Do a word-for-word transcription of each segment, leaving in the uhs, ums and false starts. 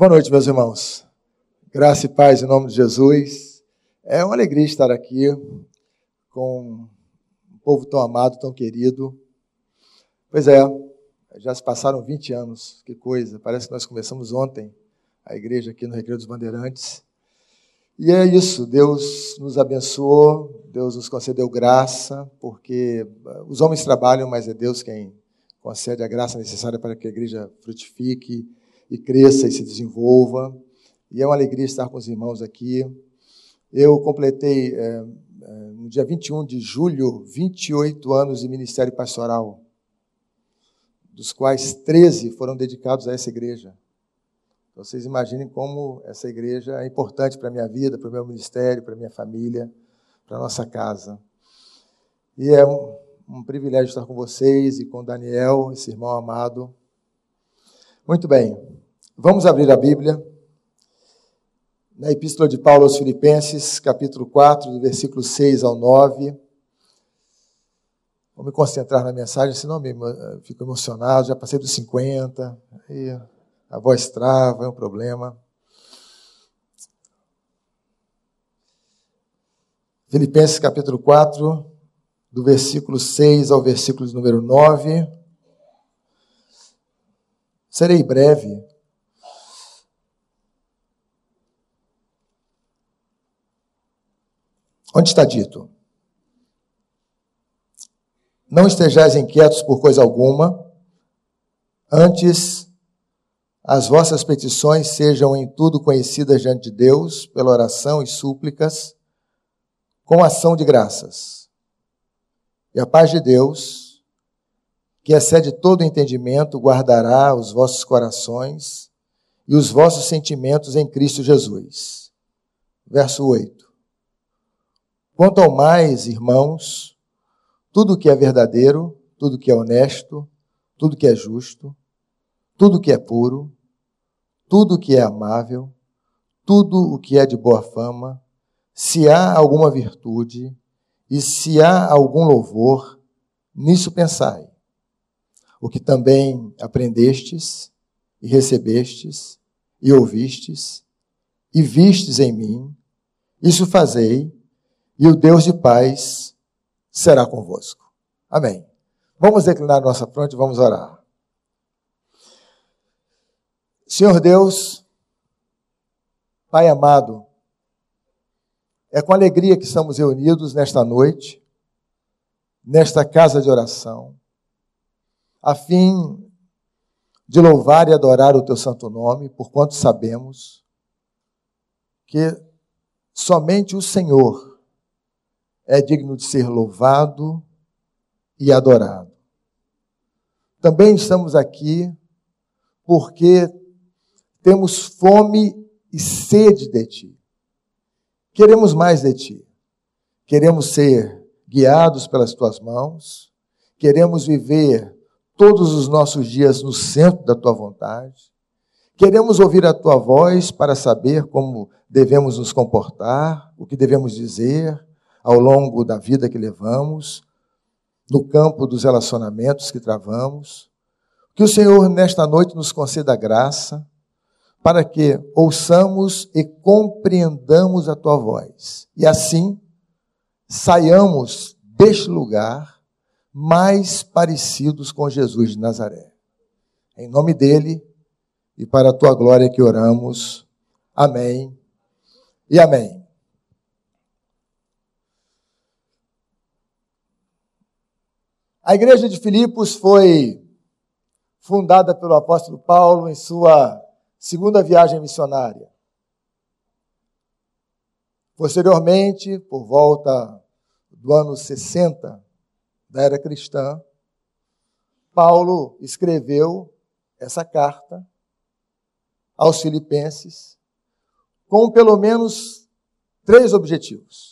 Boa noite, meus irmãos. Graça e paz em nome de Jesus. É uma alegria estar aqui com um povo tão amado, tão querido. Pois é, já se passaram vinte anos, que coisa. Parece que nós começamos ontem a igreja aqui no Recreio dos Bandeirantes. E é isso, Deus nos abençoou, Deus nos concedeu graça, porque os homens trabalham, mas é Deus quem concede a graça necessária para que a igreja frutifique e cresça e se desenvolva. E é uma alegria estar com os irmãos aqui. Eu completei, é, é, no dia vinte e um de julho, vinte e oito anos de ministério pastoral, dos quais treze foram dedicados a essa igreja. Então, vocês imaginem como essa igreja é importante para a minha vida, para o meu ministério, para a minha família, para a nossa casa. E é um, um privilégio estar com vocês e com Daniel, esse irmão amado. Muito bem, vamos abrir a Bíblia na Epístola de Paulo aos Filipenses, capítulo quatro, do versículo seis ao nove. Vou me concentrar na mensagem, senão me fico emocionado, já passei dos cinquenta, e a voz trava, é um problema. Filipenses capítulo quatro, do versículo seis ao versículo número nove. Serei breve. Onde está dito? Não estejais inquietos por coisa alguma, antes as vossas petições sejam em tudo conhecidas diante de Deus, pela oração e súplicas, com ação de graças. E a paz de Deus, que excede todo entendimento, guardará os vossos corações e os vossos sentimentos em Cristo Jesus. Verso oito. Quanto ao mais, irmãos, tudo que é verdadeiro, tudo que é honesto, tudo que é justo, tudo que é puro, tudo que é amável, tudo o que é de boa fama, se há alguma virtude e se há algum louvor, nisso pensai. O que também aprendestes e recebestes e ouvistes e vistes em mim, isso fazei, e o Deus de paz será convosco. Amém. Vamos declinar nossa fronte e vamos orar. Senhor Deus, Pai amado, é com alegria que estamos reunidos nesta noite, nesta casa de oração, a fim de louvar e adorar o Teu santo nome, porquanto sabemos que somente o Senhor é digno de ser louvado e adorado. Também estamos aqui porque temos fome e sede de Ti. Queremos mais de Ti. Queremos ser guiados pelas Tuas mãos. Queremos viver todos os nossos dias no centro da Tua vontade. Queremos ouvir a Tua voz para saber como devemos nos comportar, o que devemos dizer ao longo da vida que levamos, no campo dos relacionamentos que travamos. Que o Senhor, nesta noite, nos conceda graça para que ouçamos e compreendamos a Tua voz. E assim, saiamos deste lugar mais parecidos com Jesus de Nazaré. Em nome dEle e para a Tua glória que oramos. Amém e amém. A igreja de Filipos foi fundada pelo apóstolo Paulo em sua segunda viagem missionária. Posteriormente, por volta do ano sessenta da era cristã, Paulo escreveu essa carta aos filipenses com pelo menos três objetivos.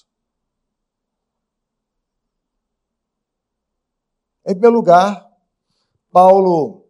Em primeiro lugar, Paulo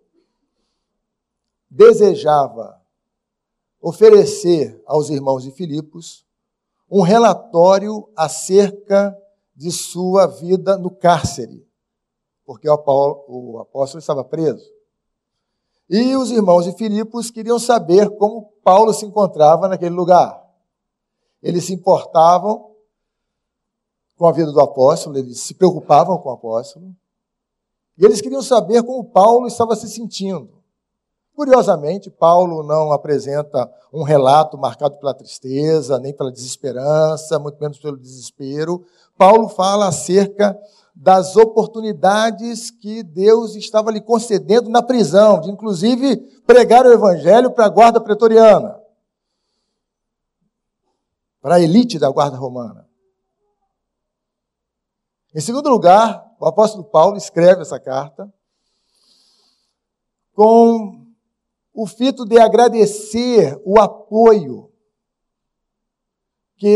desejava oferecer aos irmãos de Filipos um relatório acerca de sua vida no cárcere, porque o apóstolo estava preso. E os irmãos de Filipos queriam saber como Paulo se encontrava naquele lugar. Eles se importavam com a vida do apóstolo, eles se preocupavam com o apóstolo, e eles queriam saber como Paulo estava se sentindo. Curiosamente, Paulo não apresenta um relato marcado pela tristeza, nem pela desesperança, muito menos pelo desespero. Paulo fala acerca das oportunidades que Deus estava lhe concedendo na prisão, de inclusive pregar o evangelho para a guarda pretoriana, para a elite da guarda romana. Em segundo lugar, o apóstolo Paulo escreve essa carta com o fito de agradecer o apoio que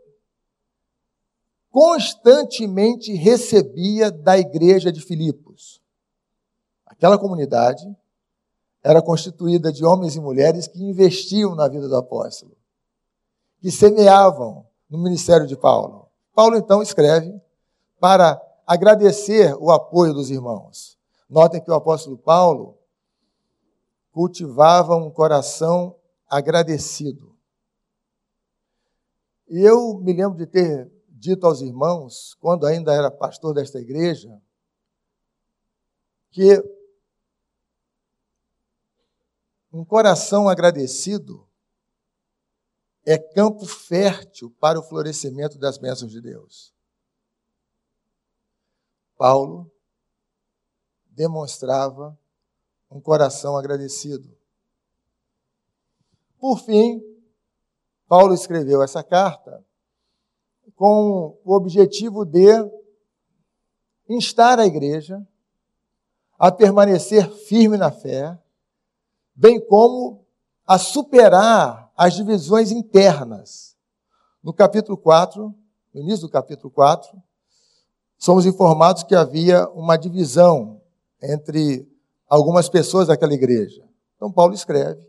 constantemente recebia da igreja de Filipos. Aquela comunidade era constituída de homens e mulheres que investiam na vida do apóstolo, que semeavam no ministério de Paulo. Paulo, então, escreve para agradecer o apoio dos irmãos. Notem que o apóstolo Paulo cultivava um coração agradecido. E eu me lembro de ter dito aos irmãos, quando ainda era pastor desta igreja, que um coração agradecido é campo fértil para o florescimento das bênçãos de Deus. Paulo demonstrava um coração agradecido. Por fim, Paulo escreveu essa carta com o objetivo de instar a igreja a permanecer firme na fé, bem como a superar as divisões internas. No capítulo quatro, no início do capítulo quatro, somos informados que havia uma divisão entre algumas pessoas daquela igreja. Então, Paulo escreve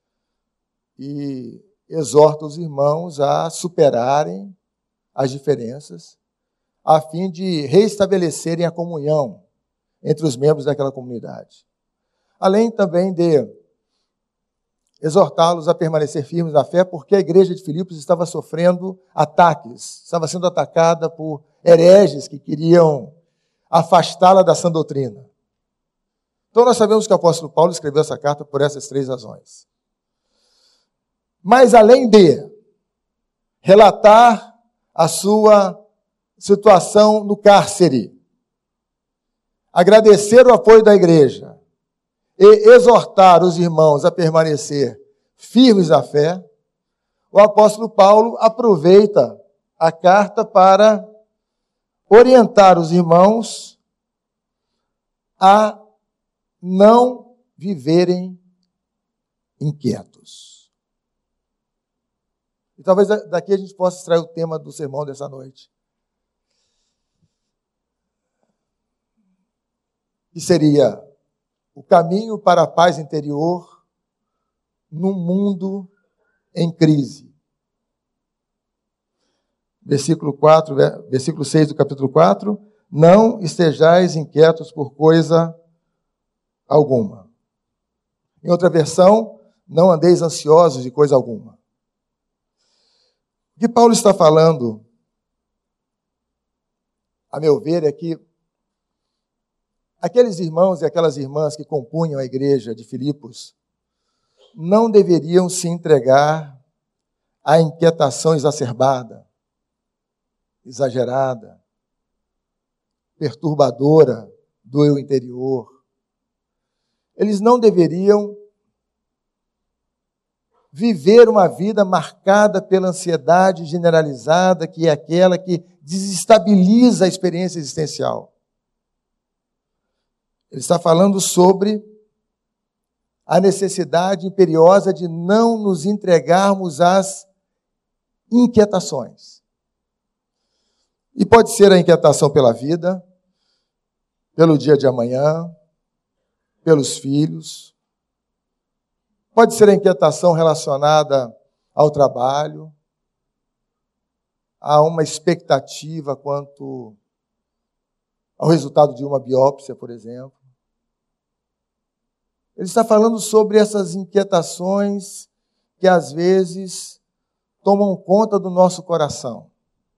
e exorta os irmãos a superarem as diferenças, a fim de reestabelecerem a comunhão entre os membros daquela comunidade. Além também de exortá-los a permanecer firmes na fé, porque a igreja de Filipos estava sofrendo ataques, estava sendo atacada por hereges que queriam afastá-la da sã doutrina. Então nós sabemos que o apóstolo Paulo escreveu essa carta por essas três razões. Mas além de relatar a sua situação no cárcere, agradecer o apoio da igreja e exortar os irmãos a permanecer firmes na fé, o apóstolo Paulo aproveita a carta para orientar os irmãos a não viverem inquietos. E talvez daqui a gente possa extrair o tema do sermão dessa noite. Que seria o caminho para a paz interior num mundo em crise. Versículo quatro, versículo seis do capítulo quatro. Não estejais inquietos por coisa alguma. Em outra versão, não andeis ansiosos de coisa alguma. O que Paulo está falando, a meu ver, é que aqueles irmãos e aquelas irmãs que compunham a igreja de Filipos não deveriam se entregar à inquietação exacerbada, exagerada, perturbadora do eu interior. Eles não deveriam viver uma vida marcada pela ansiedade generalizada, que é aquela que desestabiliza a experiência existencial. Ele está falando sobre a necessidade imperiosa de não nos entregarmos às inquietações. E pode ser a inquietação pela vida, pelo dia de amanhã, pelos filhos. Pode ser a inquietação relacionada ao trabalho, a uma expectativa quanto ao resultado de uma biópsia, por exemplo. Ele está falando sobre essas inquietações que às vezes tomam conta do nosso coração.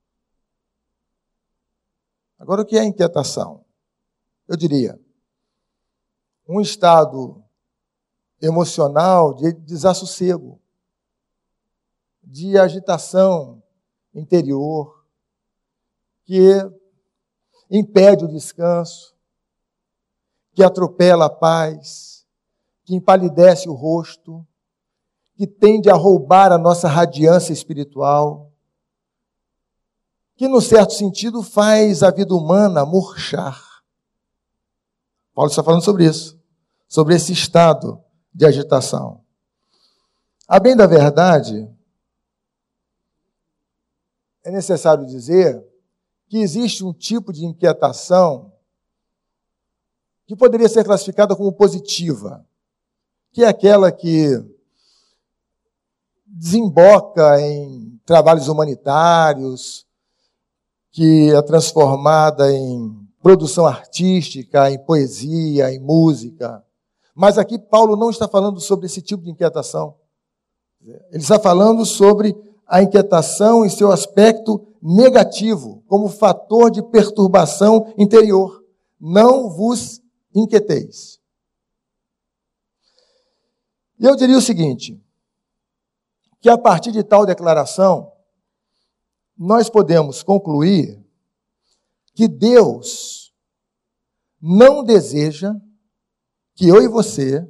Agora, o que é inquietação? Eu diria, um estado emocional de desassossego, de agitação interior, que impede o descanso, que atropela a paz, que empalidece o rosto, que tende a roubar a nossa radiância espiritual, que, no certo sentido, faz a vida humana murchar. Paulo está falando sobre isso, sobre esse estado de agitação. A bem da verdade, é necessário dizer que existe um tipo de inquietação que poderia ser classificada como positiva, que é aquela que desemboca em trabalhos humanitários, que é transformada em produção artística, em poesia, em música. Mas aqui Paulo não está falando sobre esse tipo de inquietação. Ele está falando sobre a inquietação em seu aspecto negativo, como fator de perturbação interior. Não vos inquieteis. E eu diria o seguinte, que a partir de tal declaração, nós podemos concluir que Deus não deseja que eu e você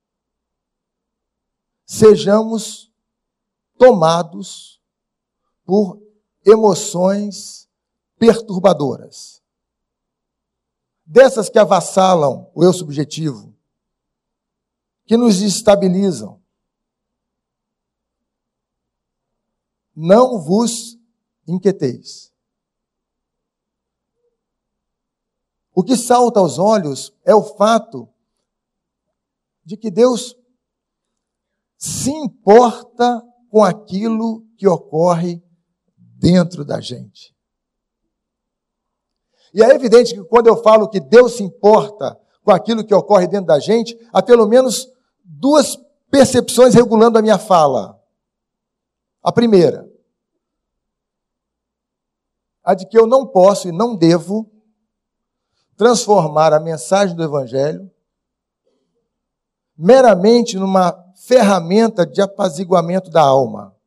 sejamos tomados por emoções perturbadoras, dessas que avassalam o eu subjetivo, que nos estabilizam. Não vos inquieteis. O que salta aos olhos é o fato de que Deus se importa com aquilo que ocorre dentro da gente. E é evidente que quando eu falo que Deus se importa com aquilo que ocorre dentro da gente, há pelo menos duas percepções regulando a minha fala. A primeira, a de que eu não posso e não devo transformar a mensagem do Evangelho meramente numa ferramenta de apaziguamento da alma.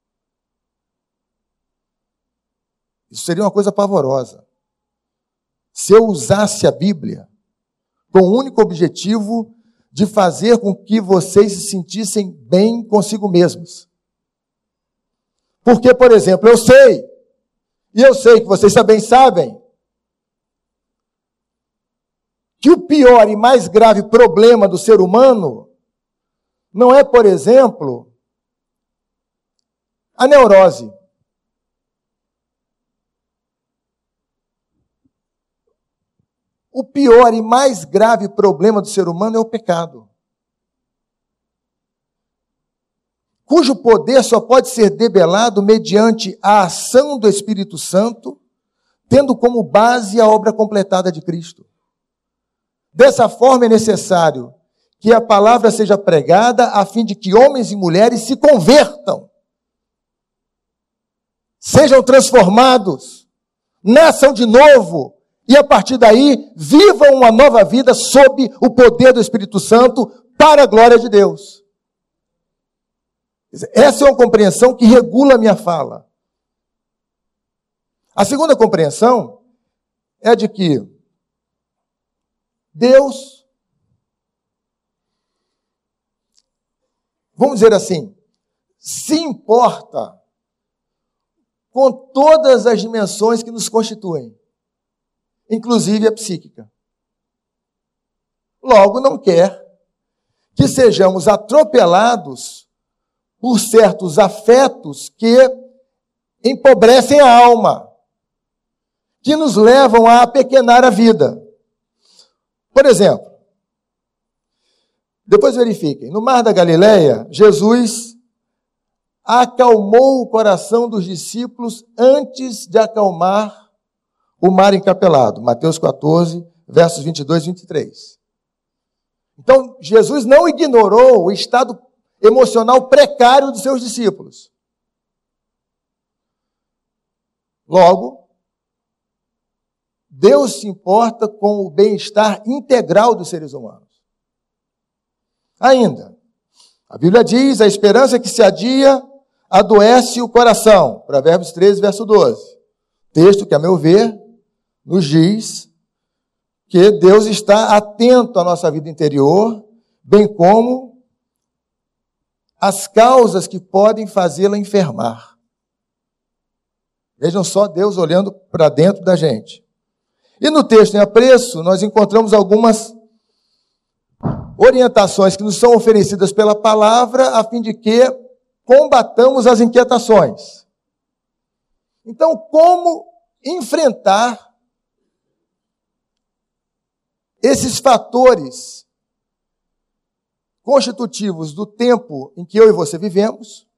Isso seria uma coisa pavorosa. Se eu usasse a Bíblia com o único objetivo de fazer com que vocês se sentissem bem consigo mesmos. Porque, por exemplo, eu sei, e eu sei que vocês também sabem, que o pior e mais grave problema do ser humano não é, por exemplo, a neurose. O pior e mais grave problema do ser humano é o pecado, cujo poder só pode ser debelado mediante a ação do Espírito Santo, tendo como base a obra completada de Cristo. Dessa forma é necessário que a palavra seja pregada a fim de que homens e mulheres se convertam, sejam transformados, nasçam de novo e a partir daí vivam uma nova vida sob o poder do Espírito Santo para a glória de Deus. Essa é uma compreensão que regula a minha fala. A segunda compreensão é de que Deus, vamos dizer assim, se importa com todas as dimensões que nos constituem, inclusive a psíquica. Logo, não quer que sejamos atropelados por certos afetos que empobrecem a alma, que nos levam a apequenar a vida. Por exemplo, depois verifiquem, no Mar da Galileia, Jesus acalmou o coração dos discípulos antes de acalmar o mar encapelado. Mateus quatorze, versos vinte e dois e vinte e três. Então, Jesus não ignorou o estado emocional precário dos seus discípulos. Logo, Deus se importa com o bem-estar integral dos seres humanos. Ainda, a Bíblia diz, a esperança que se adia adoece o coração. Provérbios treze, verso doze. Texto que, a meu ver, nos diz que Deus está atento à nossa vida interior, bem como as causas que podem fazê-la enfermar. Vejam só Deus olhando para dentro da gente. E no texto em apreço, nós encontramos algumas orientações que nos são oferecidas pela palavra, a fim de que combatamos as inquietações. Então, como enfrentar esses fatores constitutivos do tempo em que eu e você vivemos,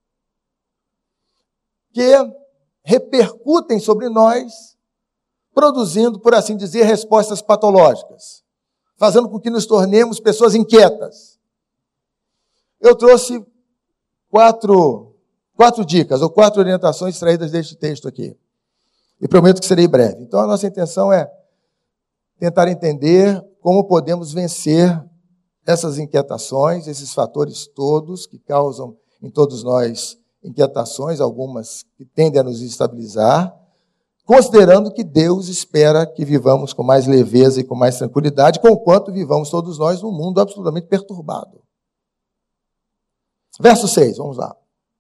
que repercutem sobre nós, produzindo, por assim dizer, respostas patológicas, fazendo com que nos tornemos pessoas inquietas. Eu trouxe quatro, quatro dicas, ou quatro orientações extraídas deste texto aqui. E prometo que serei breve. Então, a nossa intenção é tentar entender como podemos vencer essas inquietações, esses fatores todos que causam em todos nós inquietações, algumas que tendem a nos estabilizar, considerando que Deus espera que vivamos com mais leveza e com mais tranquilidade, conquanto vivamos todos nós num mundo absolutamente perturbado. Verso seis, vamos lá.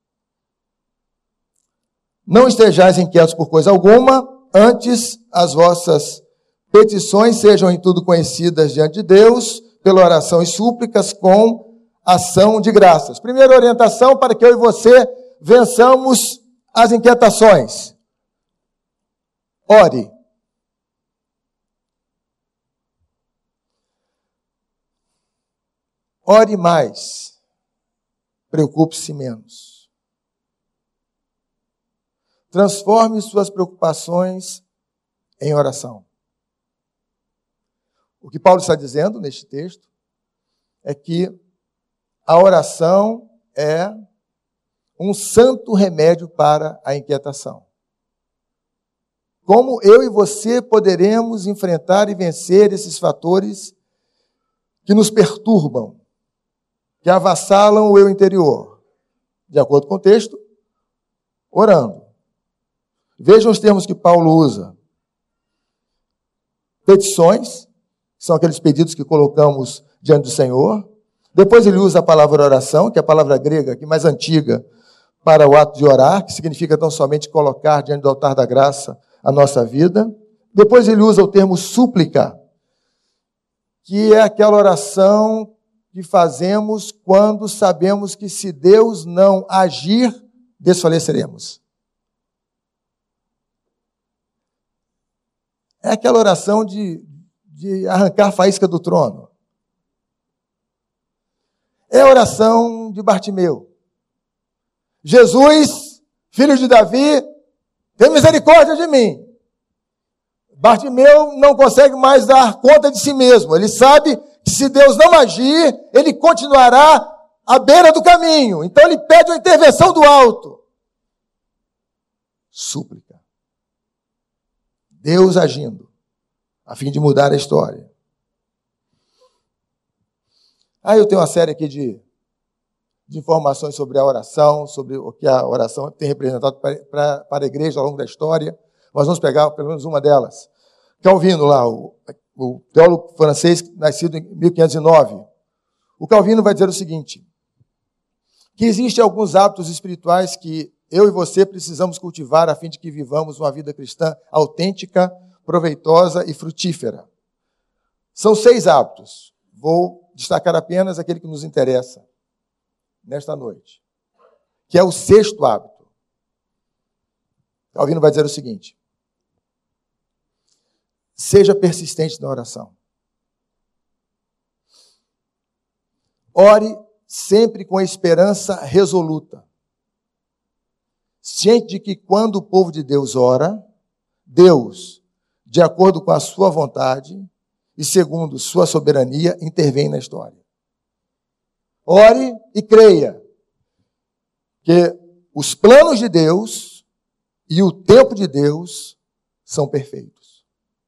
Não estejais inquietos por coisa alguma, antes as vossas petições sejam em tudo conhecidas diante de Deus, pela oração e súplicas com ação de graças. Primeira orientação para que eu e você vençamos as inquietações. Ore. Ore mais. Preocupe-se menos. Transforme suas preocupações em oração. O que Paulo está dizendo neste texto é que a oração é um santo remédio para a inquietação. Como eu e você poderemos enfrentar e vencer esses fatores que nos perturbam, que avassalam o eu interior? De acordo com o texto, orando. Vejam os termos que Paulo usa. Petições, são aqueles pedidos que colocamos diante do Senhor. Depois ele usa a palavra oração, que é a palavra grega aqui mais antiga para o ato de orar, que significa tão somente colocar diante do altar da graça a nossa vida. Depois ele usa o termo súplica, que é aquela oração que fazemos quando sabemos que se Deus não agir, desfaleceremos. É aquela oração de de arrancar a faísca do trono. É a oração de Bartimeu. Jesus, filho de Davi, tem misericórdia de mim. Bartimeu não consegue mais dar conta de si mesmo. Ele sabe que se Deus não agir, ele continuará à beira do caminho. Então ele pede a intervenção do alto. Súplica. Deus agindo, a fim de mudar a história. Ah, eu tenho uma série aqui de, de informações sobre a oração, sobre o que a oração tem representado para, para, para a igreja ao longo da história. Nós vamos pegar pelo menos uma delas. Calvino lá, o, o teólogo francês, nascido em mil quinhentos e nove. O Calvino vai dizer o seguinte, que existem alguns hábitos espirituais que eu e você precisamos cultivar a fim de que vivamos uma vida cristã autêntica, proveitosa e frutífera. São seis hábitos. Vou destacar apenas aquele que nos interessa nesta noite, que é o sexto hábito. Calvino vai dizer o seguinte: seja persistente na oração. Ore sempre com esperança resoluta, ciente de que quando o povo de Deus ora, Deus, de acordo com a sua vontade, e, segundo sua soberania, intervém na história. Ore e creia que os planos de Deus e o tempo de Deus são perfeitos.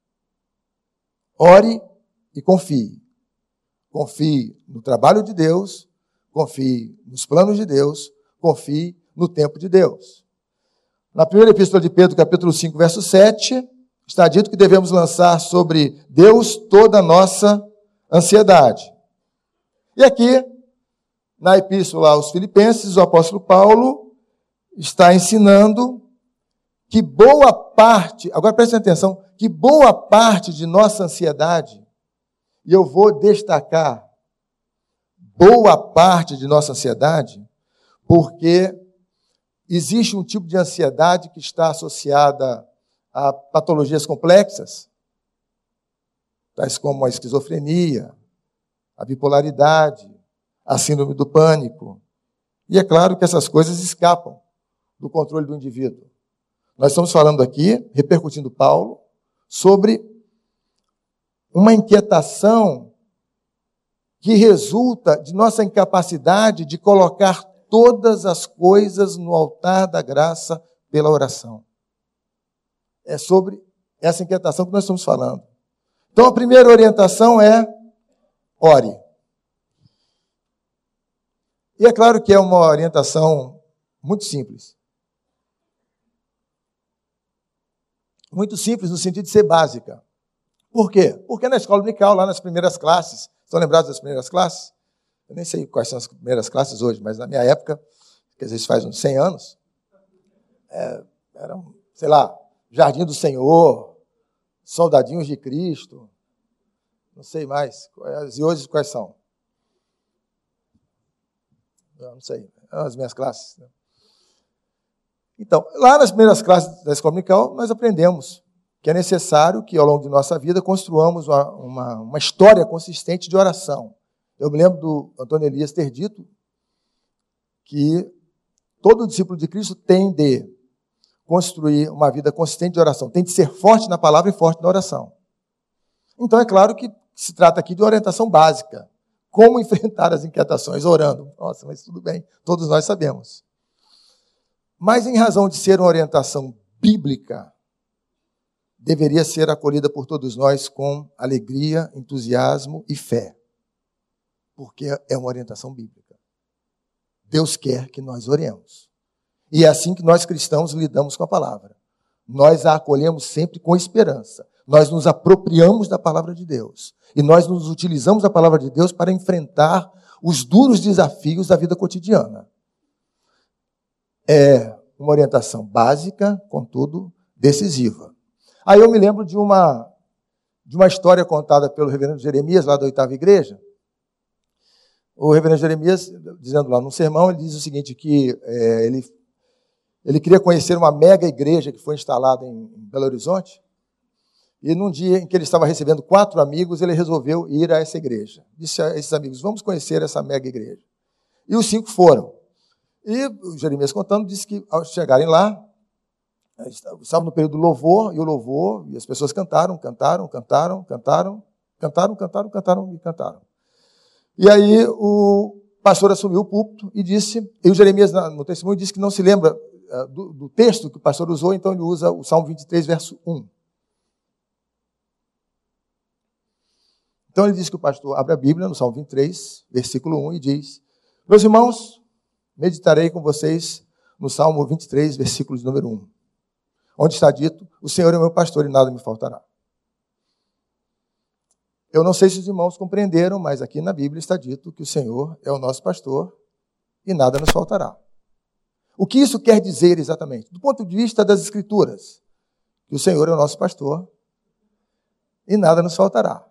Ore e confie. Confie no trabalho de Deus, confie nos planos de Deus, confie no tempo de Deus. Na primeira epístola de Pedro, capítulo cinco, verso sete, está dito que devemos lançar sobre Deus toda a nossa ansiedade. E aqui, na epístola aos Filipenses, o apóstolo Paulo está ensinando que boa parte, agora prestem atenção, que boa parte de nossa ansiedade, e eu vou destacar boa parte de nossa ansiedade, porque existe um tipo de ansiedade que está associada a patologias complexas, tais como a esquizofrenia, a bipolaridade, a síndrome do pânico. E é claro que essas coisas escapam do controle do indivíduo. Nós estamos falando aqui, repercutindo Paulo, sobre uma inquietação que resulta de nossa incapacidade de colocar todas as coisas no altar da graça pela oração. É sobre essa inquietação que nós estamos falando. Então, a primeira orientação é ore. E é claro que é uma orientação muito simples. Muito simples no sentido de ser básica. Por quê? Porque na escola dominical, lá nas primeiras classes, estão lembrados das primeiras classes? Eu nem sei quais são as primeiras classes hoje, mas na minha época, que às vezes faz uns cem anos, é, eram, sei lá, Jardim do Senhor, Soldadinhos de Cristo, não sei mais. E hoje quais são? Eu não sei, as minhas classes. Então, lá nas primeiras classes da escola dominical, nós aprendemos que é necessário que, ao longo de nossa vida, construamos uma, uma, uma história consistente de oração. Eu me lembro do Antônio Elias ter dito que todo discípulo de Cristo tem de construir uma vida consistente de oração, tem de ser forte na palavra e forte na oração. Então, é claro que se trata aqui de orientação básica. Como enfrentar as inquietações? Orando. Nossa, mas tudo bem, todos nós sabemos. Mas, em razão de ser uma orientação bíblica, deveria ser acolhida por todos nós com alegria, entusiasmo e fé. Porque é uma orientação bíblica. Deus quer que nós oremos. E é assim que nós cristãos lidamos com a palavra. Nós a acolhemos sempre com esperança. Nós nos apropriamos da palavra de Deus. E nós nos utilizamos da palavra de Deus para enfrentar os duros desafios da vida cotidiana. É uma orientação básica, contudo, decisiva. Aí eu me lembro de uma, de uma história contada pelo reverendo Jeremias, lá da oitava igreja. O reverendo Jeremias, dizendo lá num sermão, ele diz o seguinte, que é, ele, ele queria conhecer uma mega igreja que foi instalada em, em Belo Horizonte, e num dia em que ele estava recebendo quatro amigos, ele resolveu ir a essa igreja. Disse a esses amigos, vamos conhecer essa mega igreja. E os cinco foram. E o Jeremias contando, disse que ao chegarem lá, estavam no período do louvor, e o louvor, e as pessoas cantaram, cantaram, cantaram, cantaram, cantaram, cantaram, cantaram e cantaram. E aí o pastor assumiu o púlpito e disse, e o Jeremias no testemunho disse que não se lembra uh, do, do texto que o pastor usou, então ele usa o Salmo vinte e três, verso um. Então ele diz que o pastor abre a Bíblia no Salmo vinte e três, versículo um, e diz, meus irmãos, meditarei com vocês no Salmo vinte e três, versículo de número um, onde está dito, o Senhor é meu pastor e nada me faltará. Eu não sei se os irmãos compreenderam, mas aqui na Bíblia está dito que o Senhor é o nosso pastor e nada nos faltará. O que isso quer dizer exatamente? Do ponto de vista das Escrituras, que o Senhor é o nosso pastor e nada nos faltará.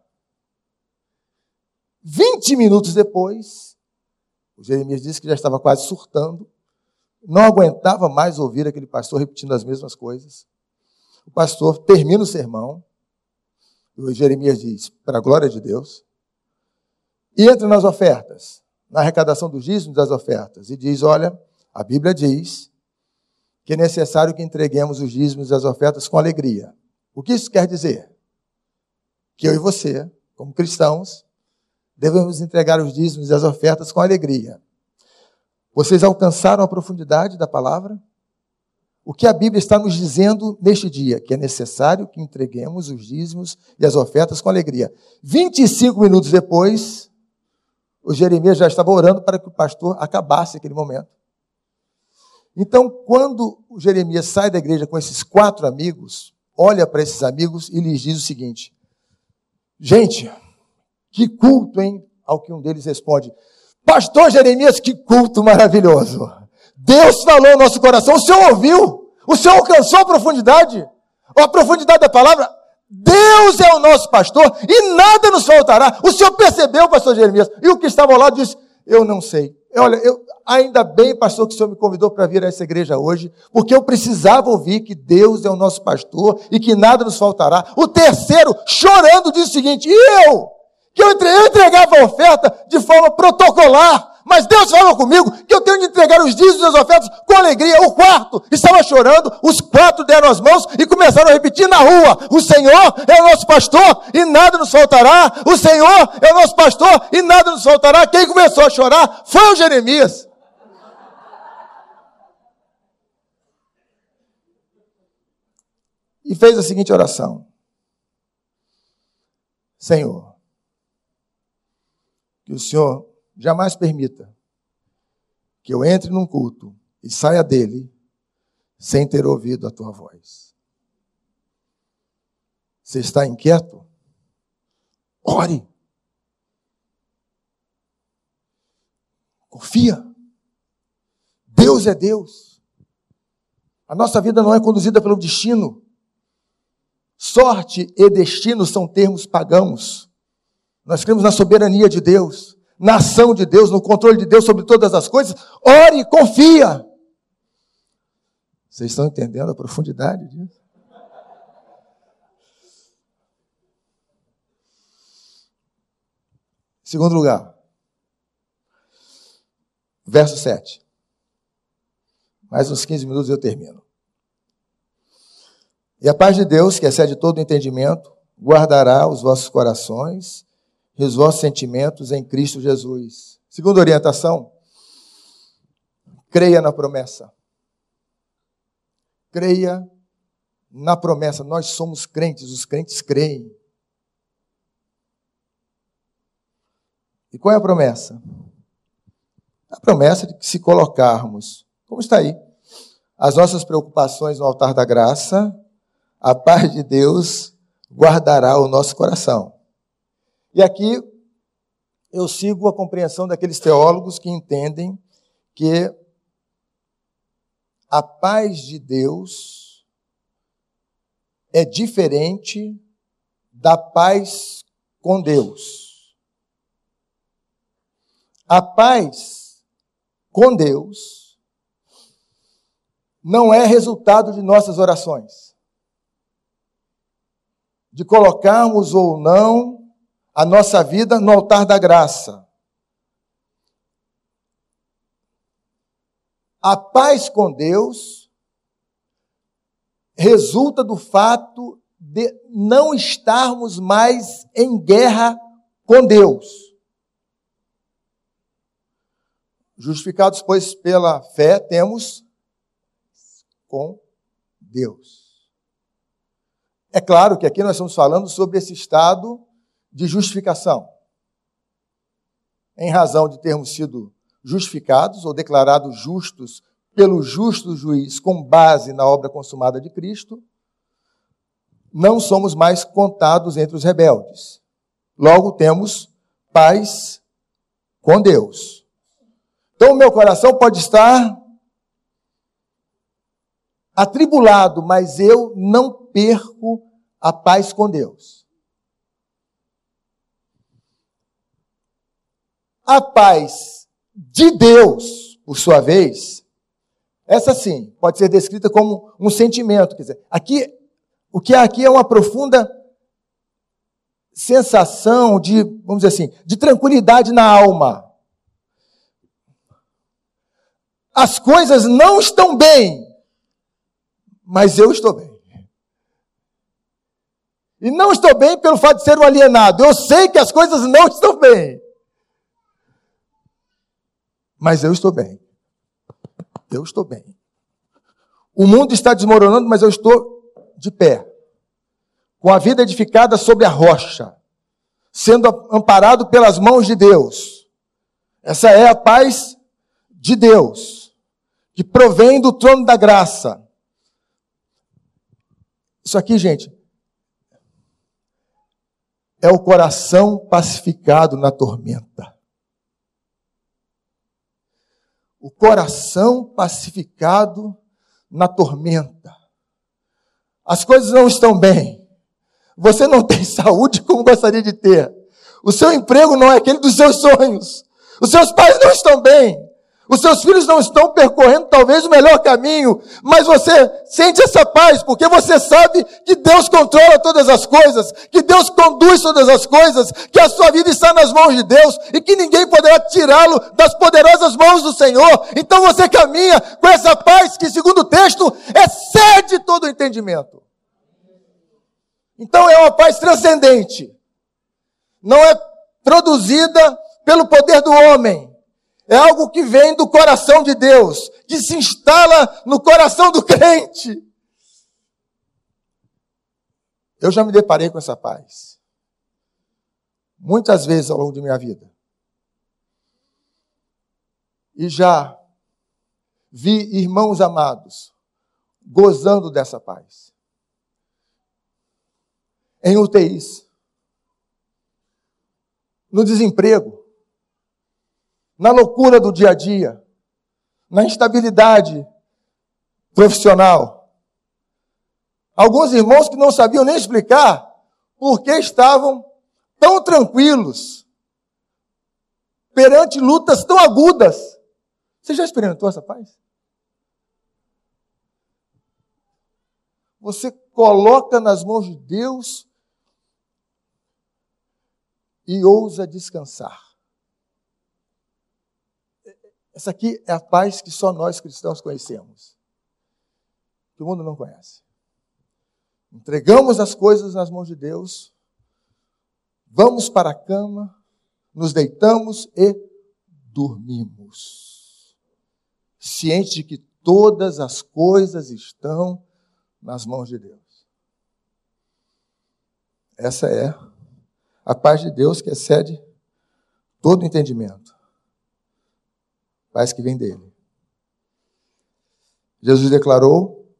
Vinte minutos depois, o Jeremias disse que já estava quase surtando, não aguentava mais ouvir aquele pastor repetindo as mesmas coisas. O pastor termina o sermão, e o Jeremias diz, para a glória de Deus, e entra nas ofertas, na arrecadação dos dízimos das ofertas, e diz, olha, a Bíblia diz que é necessário que entreguemos os dízimos das ofertas com alegria. O que isso quer dizer? Que eu e você como cristãos, devemos entregar os dízimos e as ofertas com alegria. Vocês alcançaram a profundidade da palavra? O que a Bíblia está nos dizendo neste dia? Que é necessário que entreguemos os dízimos e as ofertas com alegria. vinte e cinco minutos depois, o Jeremias já estava orando para que o pastor acabasse aquele momento. Então, quando o Jeremias sai da igreja com esses quatro amigos, olha para esses amigos e lhes diz o seguinte: gente, que culto, hein? Ao que um deles responde: pastor Jeremias, que culto maravilhoso. Deus falou no nosso coração, o senhor ouviu? O senhor alcançou a profundidade? A profundidade da palavra? Deus é o nosso pastor e nada nos faltará. O senhor percebeu, pastor Jeremias? E o que estava ao lado disse: eu não sei. Olha, eu, ainda bem, pastor, que o senhor me convidou para vir a essa igreja hoje, porque eu precisava ouvir que Deus é o nosso pastor e que nada nos faltará. O terceiro, chorando, disse o seguinte: e eu? Que eu, entre, eu entregava a oferta de forma protocolar, mas Deus falou comigo que eu tenho de entregar os dízimos e as ofertas com alegria. O quarto estava chorando, os quatro deram as mãos e começaram a repetir na rua: o Senhor é o nosso pastor e nada nos faltará. O Senhor é o nosso pastor e nada nos faltará. Quem começou a chorar foi o Jeremias. E fez a seguinte oração: Senhor, que o Senhor jamais permita que eu entre num culto e saia dele sem ter ouvido a tua voz. Você está inquieto? Ore. Confia. Deus é Deus. A nossa vida não é conduzida pelo destino. Sorte e destino são termos pagãos. Nós cremos na soberania de Deus, na ação de Deus, no controle de Deus sobre todas as coisas. Ore e confia. Vocês estão entendendo a profundidade disso? Segundo lugar, verso sete. Mais uns quinze minutos e eu termino. E a paz de Deus, que excede todo o entendimento, guardará os vossos corações e os vossos sentimentos em Cristo Jesus. Segunda orientação, creia na promessa. Creia na promessa. Nós somos crentes, os crentes creem. E qual é a promessa? A promessa de que se colocarmos, como está aí, as nossas preocupações no altar da graça, a paz de Deus guardará o nosso coração. E aqui eu sigo a compreensão daqueles teólogos que entendem que a paz de Deus é diferente da paz com Deus. A paz com Deus não é resultado de nossas orações, de colocarmos ou não a nossa vida no altar da graça. A paz com Deus resulta do fato de não estarmos mais em guerra com Deus. Justificados, pois, pela fé, temos com Deus. É claro que aqui nós estamos falando sobre esse estado de justificação. Em razão de termos sido justificados ou declarados justos pelo justo juiz com base na obra consumada de Cristo, não somos mais contados entre os rebeldes. Logo, temos paz com Deus. Então, o meu coração pode estar atribulado, mas eu não perco a paz com Deus. A paz de Deus, por sua vez, essa sim, pode ser descrita como um sentimento. Quer dizer, aqui, o que há aqui é uma profunda sensação de, vamos dizer assim, de tranquilidade na alma. As coisas não estão bem, mas eu estou bem. E não estou bem pelo fato de ser um alienado. Eu sei que as coisas não estão bem. Mas eu estou bem. Eu estou bem. O mundo está desmoronando, mas eu estou de pé. Com a vida edificada sobre a rocha. Sendo amparado pelas mãos de Deus. Essa é a paz de Deus. Que provém do trono da graça. Isso aqui, gente, é o coração pacificado na tormenta. O coração pacificado na tormenta. As coisas não estão bem. Você não tem saúde como gostaria de ter. O seu emprego não é aquele dos seus sonhos. Os seus pais não estão bem. Os seus filhos não estão percorrendo talvez o melhor caminho, mas você sente essa paz, porque você sabe que Deus controla todas as coisas, que Deus conduz todas as coisas, que a sua vida está nas mãos de Deus e que ninguém poderá tirá-lo das poderosas mãos do Senhor. Então você caminha com essa paz que, segundo o texto, excede todo o entendimento. Então é uma paz transcendente. Não é produzida pelo poder do homem. É algo que vem do coração de Deus, que se instala no coração do crente. Eu já me deparei com essa paz. Muitas vezes ao longo de minha vida. E já vi irmãos amados gozando dessa paz. Em U T Is. No desemprego. Na loucura do dia a dia, na instabilidade profissional. Alguns irmãos que não sabiam nem explicar por que estavam tão tranquilos perante lutas tão agudas. Você já experimentou essa paz? Você coloca nas mãos de Deus e ousa descansar. Essa aqui é a paz que só nós cristãos conhecemos. Que o mundo não conhece. Entregamos as coisas nas mãos de Deus, vamos para a cama, nos deitamos e dormimos. Ciente de que todas as coisas estão nas mãos de Deus. Essa é a paz de Deus que excede todo entendimento. Paz que vem dele. Jesus declarou: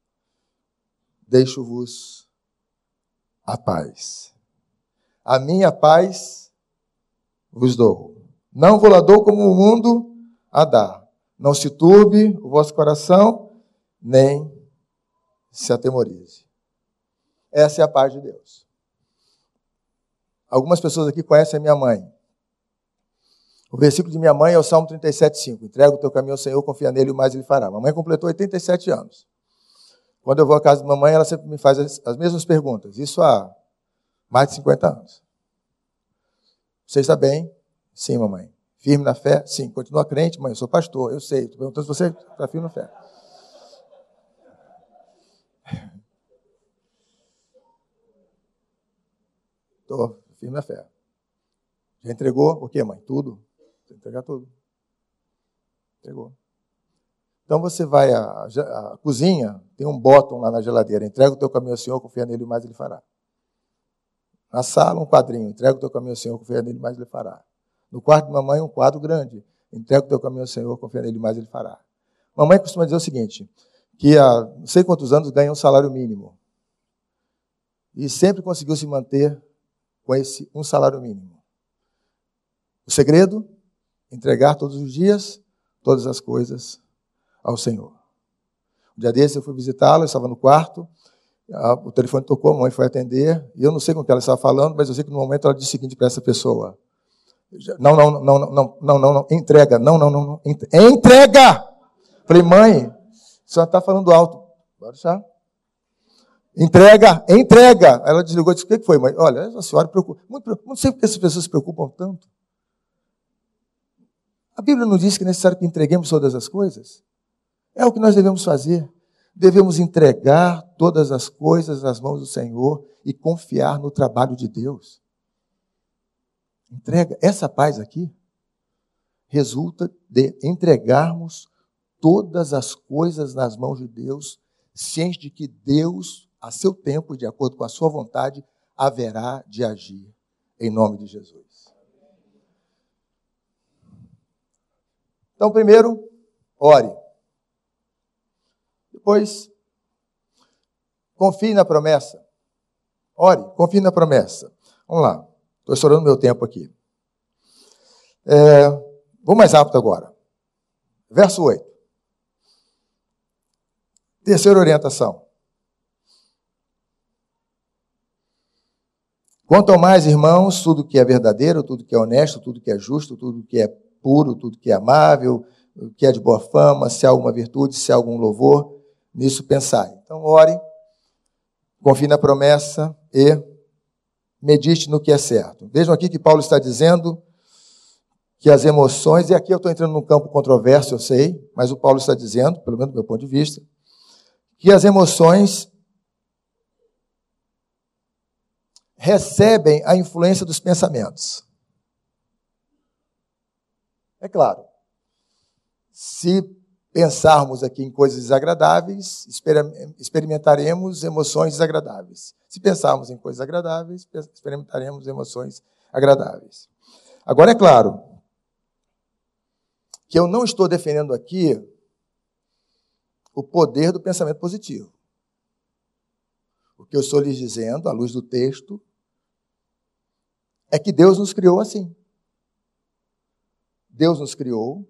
deixo-vos a paz. A minha paz vos dou. Não vou lá dou como o mundo a dá. Não se turbe o vosso coração, nem se atemorize. Essa é a paz de Deus. Algumas pessoas aqui conhecem a minha mãe. O versículo de minha mãe é o Salmo trinta e sete, cinco. Entrega o teu caminho ao Senhor, confia nele e o mais ele fará. Mamãe completou oitenta e sete anos. Quando eu vou à casa de mamãe, ela sempre me faz as, as mesmas perguntas. Isso há mais de cinquenta anos. Você está bem? Sim, mamãe. Firme na fé? Sim. Continua crente? Mãe, eu sou pastor, eu sei. Estou perguntando se você está firme na fé. Estou firme na fé. Já entregou o quê, mãe? Tudo. Tem que entregar tudo. Entregou. Então você vai à, à cozinha, tem um botão lá na geladeira, entrega o teu caminho ao Senhor, confia nele e mais ele fará. Na sala, um quadrinho, entrega o teu caminho ao Senhor, confia nele e mais ele fará. No quarto de mamãe, um quadro grande, entrega o teu caminho ao Senhor, confia nele e mais ele fará. Mamãe costuma dizer o seguinte, que há não sei quantos anos ganha um salário mínimo. E sempre conseguiu se manter com esse um salário mínimo. O segredo? Entregar todos os dias, todas as coisas ao Senhor. Um dia desse eu fui visitá-la, eu estava no quarto, o telefone tocou, a mãe foi atender, e eu não sei com o que ela estava falando, mas eu sei que no momento ela disse o seguinte para essa pessoa: não, não, não, não, não, não, não, não, entrega, não, não, não, não, entrega! Falei, mãe, a senhora está falando alto, pode deixar. Entrega, entrega! Ela desligou e disse, o que foi, mãe? Olha, a senhora preocupa, muito, não sei porque essas pessoas se preocupam tanto. A Bíblia não diz que é necessário que entreguemos todas as coisas? É o que nós devemos fazer. devemos entregar todas as coisas nas mãos do Senhor e confiar no trabalho de Deus. Entrega. Essa paz aqui resulta de entregarmos todas as coisas nas mãos de Deus, ciente de que Deus, a seu tempo, de acordo com a sua vontade, haverá de agir, em nome de Jesus. Então, primeiro, ore. Depois, confie na promessa. Ore, confie na promessa. Vamos lá. Estou estourando meu tempo aqui. É, vou mais rápido agora. Verso oito. Terceira orientação. Quanto ao mais, irmãos, tudo que é verdadeiro, tudo que é honesto, tudo que é justo, tudo que é puro, tudo que é amável, que é de boa fama, se há alguma virtude, se há algum louvor, nisso pensai. Então, ore, confie na promessa e medite no que é certo. Vejam aqui que Paulo está dizendo que as emoções, e aqui eu estou entrando num campo controverso, eu sei, mas o Paulo está dizendo, pelo menos do meu ponto de vista, que as emoções recebem a influência dos pensamentos. É claro, se pensarmos aqui em coisas desagradáveis, experimentaremos emoções desagradáveis. Se pensarmos em coisas agradáveis, experimentaremos emoções agradáveis. Agora, é claro que eu não estou defendendo aqui o poder do pensamento positivo. O que eu estou lhes dizendo, à luz do texto, é que Deus nos criou assim. Deus nos criou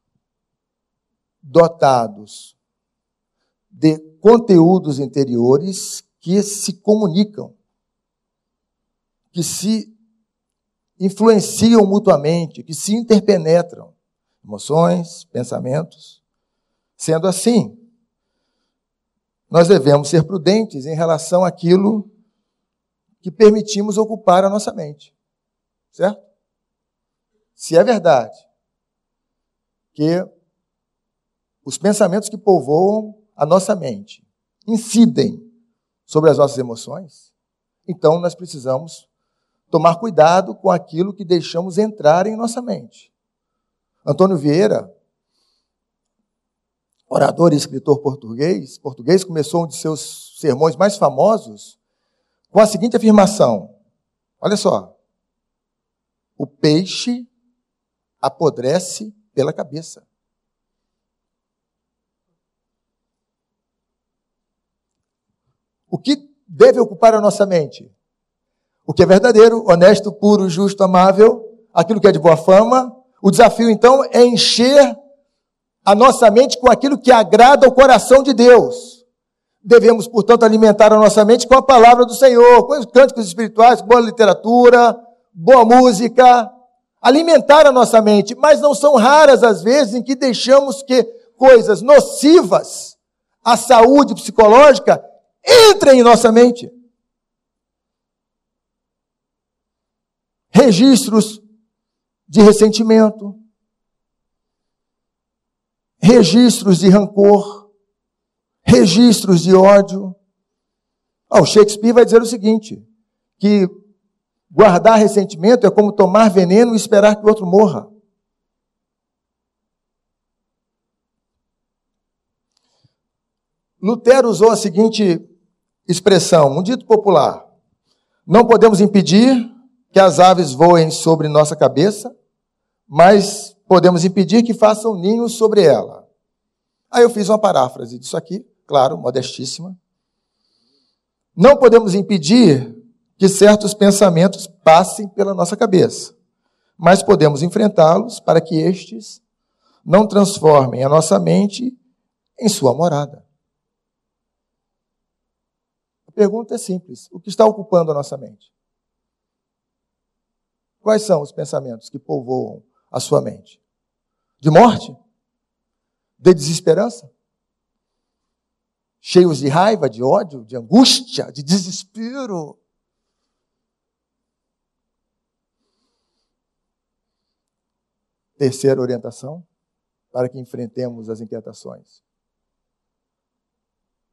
dotados de conteúdos interiores que se comunicam, que se influenciam mutuamente, que se interpenetram. Emoções, pensamentos. Sendo assim, nós devemos ser prudentes em relação àquilo que permitimos ocupar a nossa mente. Certo? Se é verdade que os pensamentos que povoam a nossa mente incidem sobre as nossas emoções, então nós precisamos tomar cuidado com aquilo que deixamos entrar em nossa mente. Antônio Vieira, orador e escritor português, português, começou um de seus sermões mais famosos com a seguinte afirmação. Olha só. O peixe apodrece pela cabeça. O que deve ocupar a nossa mente? O que é verdadeiro, honesto, puro, justo, amável, aquilo que é de boa fama. O desafio, então, é encher a nossa mente com aquilo que agrada ao coração de Deus. Devemos, portanto, alimentar a nossa mente com a palavra do Senhor, com os cânticos espirituais, boa literatura, boa música, alimentar a nossa mente, mas não são raras as vezes em que deixamos que coisas nocivas à saúde psicológica entrem em nossa mente. Registros de ressentimento, registros de rancor, registros de ódio. Ah, o Shakespeare vai dizer o seguinte, que guardar ressentimento é como tomar veneno e esperar que o outro morra. Lutero usou a seguinte expressão, um dito popular. Não podemos impedir que as aves voem sobre nossa cabeça, mas podemos impedir que façam ninhos sobre ela. Aí eu fiz uma paráfrase disso aqui, claro, modestíssima. Não podemos impedir que certos pensamentos passem pela nossa cabeça, mas podemos enfrentá-los para que estes não transformem a nossa mente em sua morada. A pergunta é simples. O que está ocupando a nossa mente? Quais são os pensamentos que povoam a sua mente? De morte? De desesperança? Cheios de raiva, de ódio, de angústia, de desespero? Terceira orientação, para que enfrentemos as inquietações.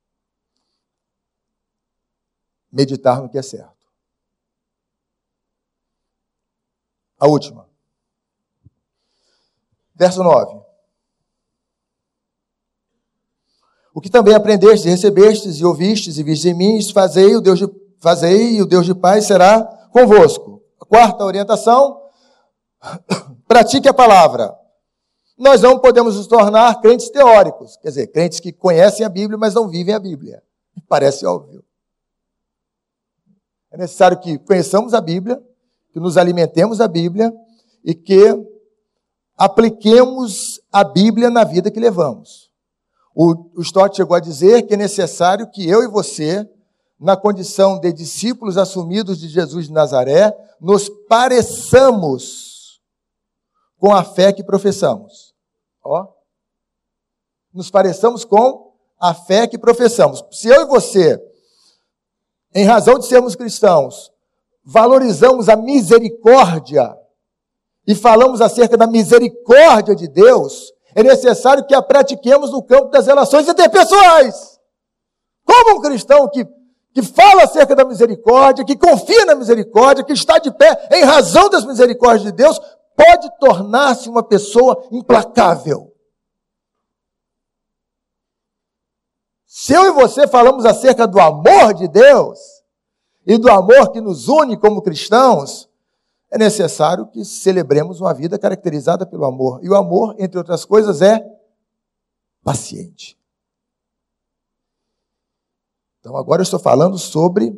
meditar no que é certo. A última. Verso nove. O que também aprendestes, recebestes e ouvistes e vistes em mim, fazei, o Deus de, fazei e o Deus de paz será convosco. A quarta orientação, pratique a palavra. Nós não podemos nos tornar crentes teóricos, quer dizer, crentes que conhecem a Bíblia, mas não vivem a Bíblia. Parece óbvio. É necessário que conheçamos a Bíblia, que nos alimentemos da Bíblia e que apliquemos a Bíblia na vida que levamos. O, o Stott chegou a dizer que é necessário que eu e você, na condição de discípulos assumidos de Jesus de Nazaré, nos pareçamos com a fé que professamos. Ó, nos pareçamos com a fé que professamos. Se eu e você, em razão de sermos cristãos, valorizamos a misericórdia e falamos acerca da misericórdia de Deus, é necessário que a pratiquemos no campo das relações interpessoais. Como um cristão que, que fala acerca da misericórdia, que confia na misericórdia, que está de pé em razão das misericórdias de Deus, pode tornar-se uma pessoa implacável. Se eu e você falamos acerca do amor de Deus e do amor que nos une como cristãos, é necessário que celebremos uma vida caracterizada pelo amor. E o amor, entre outras coisas, é paciente. Então, agora eu estou falando sobre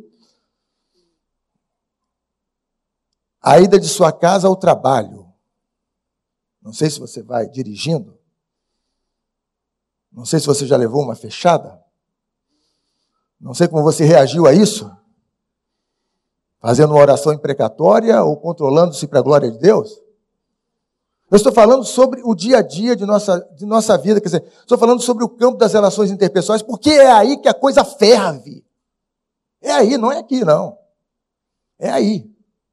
a ida de sua casa ao trabalho. Não sei se você vai dirigindo. Não sei se você já levou uma fechada. Não sei como você reagiu a isso. Fazendo uma oração imprecatória ou controlando-se para a glória de Deus? Eu estou falando sobre o dia a dia de nossa, de nossa vida, quer dizer, estou falando sobre o campo das relações interpessoais, porque é aí que a coisa ferve. É aí, não é aqui, não. É aí.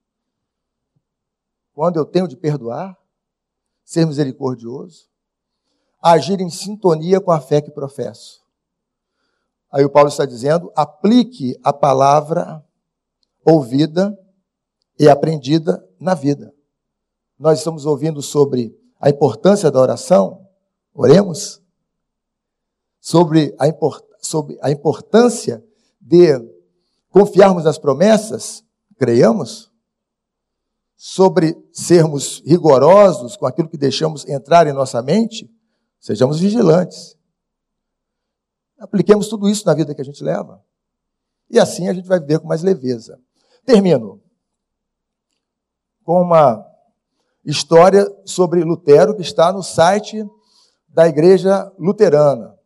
Quando eu tenho de perdoar, ser misericordioso, agir em sintonia com a fé que professo. Aí o Paulo está dizendo, aplique a palavra ouvida e aprendida na vida. Nós estamos ouvindo sobre a importância da oração, oremos, sobre a, import, sobre a importância de confiarmos nas promessas, creiamos, sobre sermos rigorosos com aquilo que deixamos entrar em nossa mente, sejamos vigilantes. Apliquemos tudo isso na vida que a gente leva. E assim a gente vai viver com mais leveza. Termino com uma história sobre Lutero que está no site da Igreja Luterana.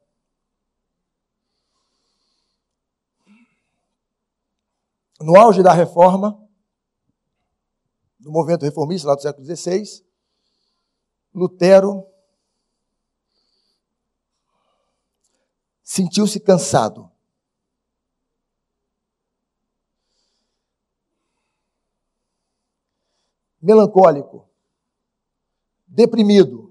No auge da Reforma, no movimento reformista lá do século dezesseis, Lutero sentiu-se cansado. Melancólico, deprimido.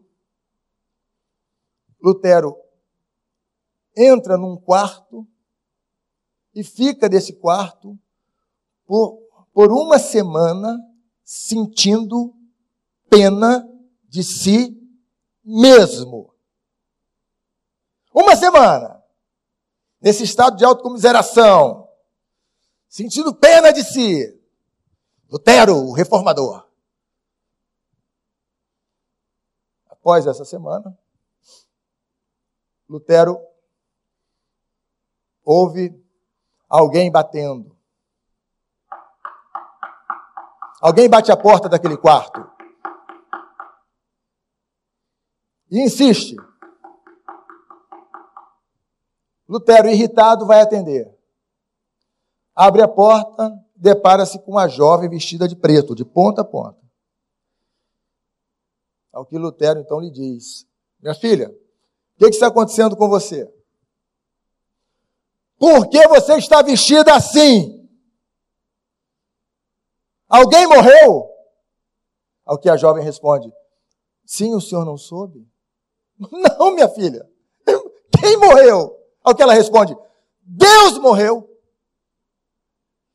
Lutero entra num quarto e fica nesse quarto por, por uma semana sentindo pena de si mesmo. Uma semana, nesse estado de autocomiseração, sentindo pena de si. Lutero, o reformador. Após essa semana, Lutero ouve alguém batendo. Alguém bate a porta daquele quarto. E insiste. Lutero, irritado, vai atender. Abre a porta, depara-se com uma jovem vestida de preto, de ponta a ponta. Ao que Lutero, então, lhe diz, minha filha, o que está acontecendo com você? Por que você está vestida assim? Alguém morreu? Ao que a jovem responde, sim, o senhor não soube? Não, minha filha. Quem morreu? Ao que ela responde, Deus morreu.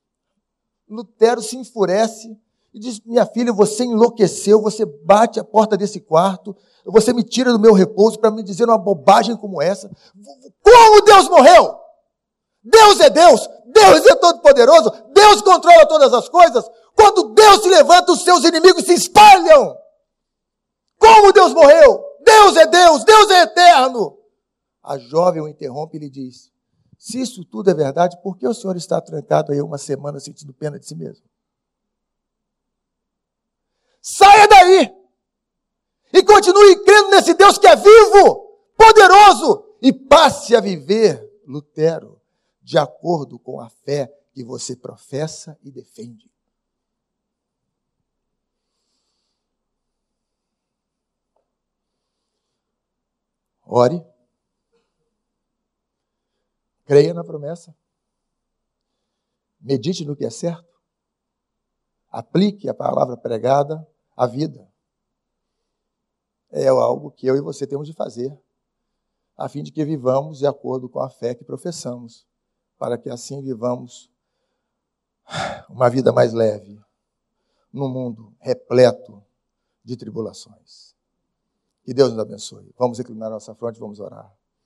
Lutero se enfurece e diz: minha filha, você enlouqueceu, você bate a porta desse quarto, você me tira do meu repouso para me dizer uma bobagem como essa. Como Deus morreu? Deus é Deus, Deus é todo-poderoso, Deus controla todas as coisas. Quando Deus se levanta, os seus inimigos se espalham. Como Deus morreu? Deus é Deus, Deus é eterno. A jovem o interrompe e lhe diz: se isso tudo é verdade, por que o senhor está trancado aí uma semana sentindo pena de si mesmo? Saia daí e continue crendo nesse Deus que é vivo, poderoso, e passe a viver, Lutero, de acordo com a fé que você professa e defende. Ore. Creia na promessa. Medite no que é certo. Aplique a palavra pregada à vida. É algo que eu e você temos de fazer, a fim de que vivamos de acordo com a fé que professamos, para que assim vivamos uma vida mais leve, num mundo repleto de tribulações. Que Deus nos abençoe. Vamos inclinar nossa fronte e vamos orar.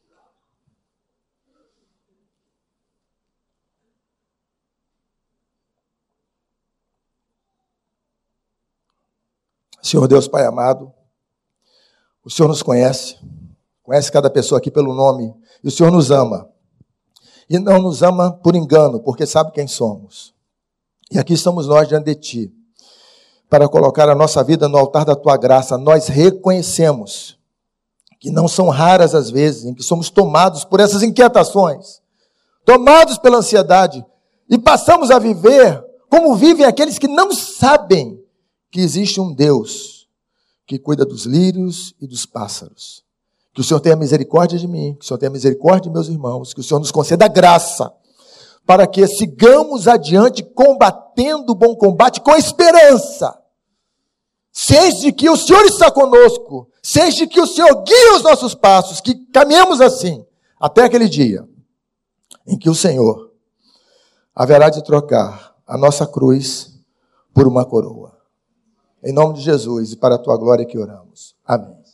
Senhor Deus Pai amado, o Senhor nos conhece, conhece cada pessoa aqui pelo nome, e o Senhor nos ama. E não nos ama por engano, porque sabe quem somos. E aqui estamos nós diante de Ti, para colocar a nossa vida no altar da Tua graça. Nós reconhecemos que não são raras as vezes em que somos tomados por essas inquietações, tomados pela ansiedade, e passamos a viver como vivem aqueles que não sabem que existe um Deus que cuida dos lírios e dos pássaros. Que o Senhor tenha misericórdia de mim, que o Senhor tenha misericórdia de meus irmãos, que o Senhor nos conceda graça para que sigamos adiante combatendo o bom combate com esperança. Seja de que o Senhor está conosco, seja de que o Senhor guia os nossos passos, que caminhemos assim até aquele dia em que o Senhor haverá de trocar a nossa cruz por uma coroa. Em nome de Jesus e para a tua glória que oramos. Amém.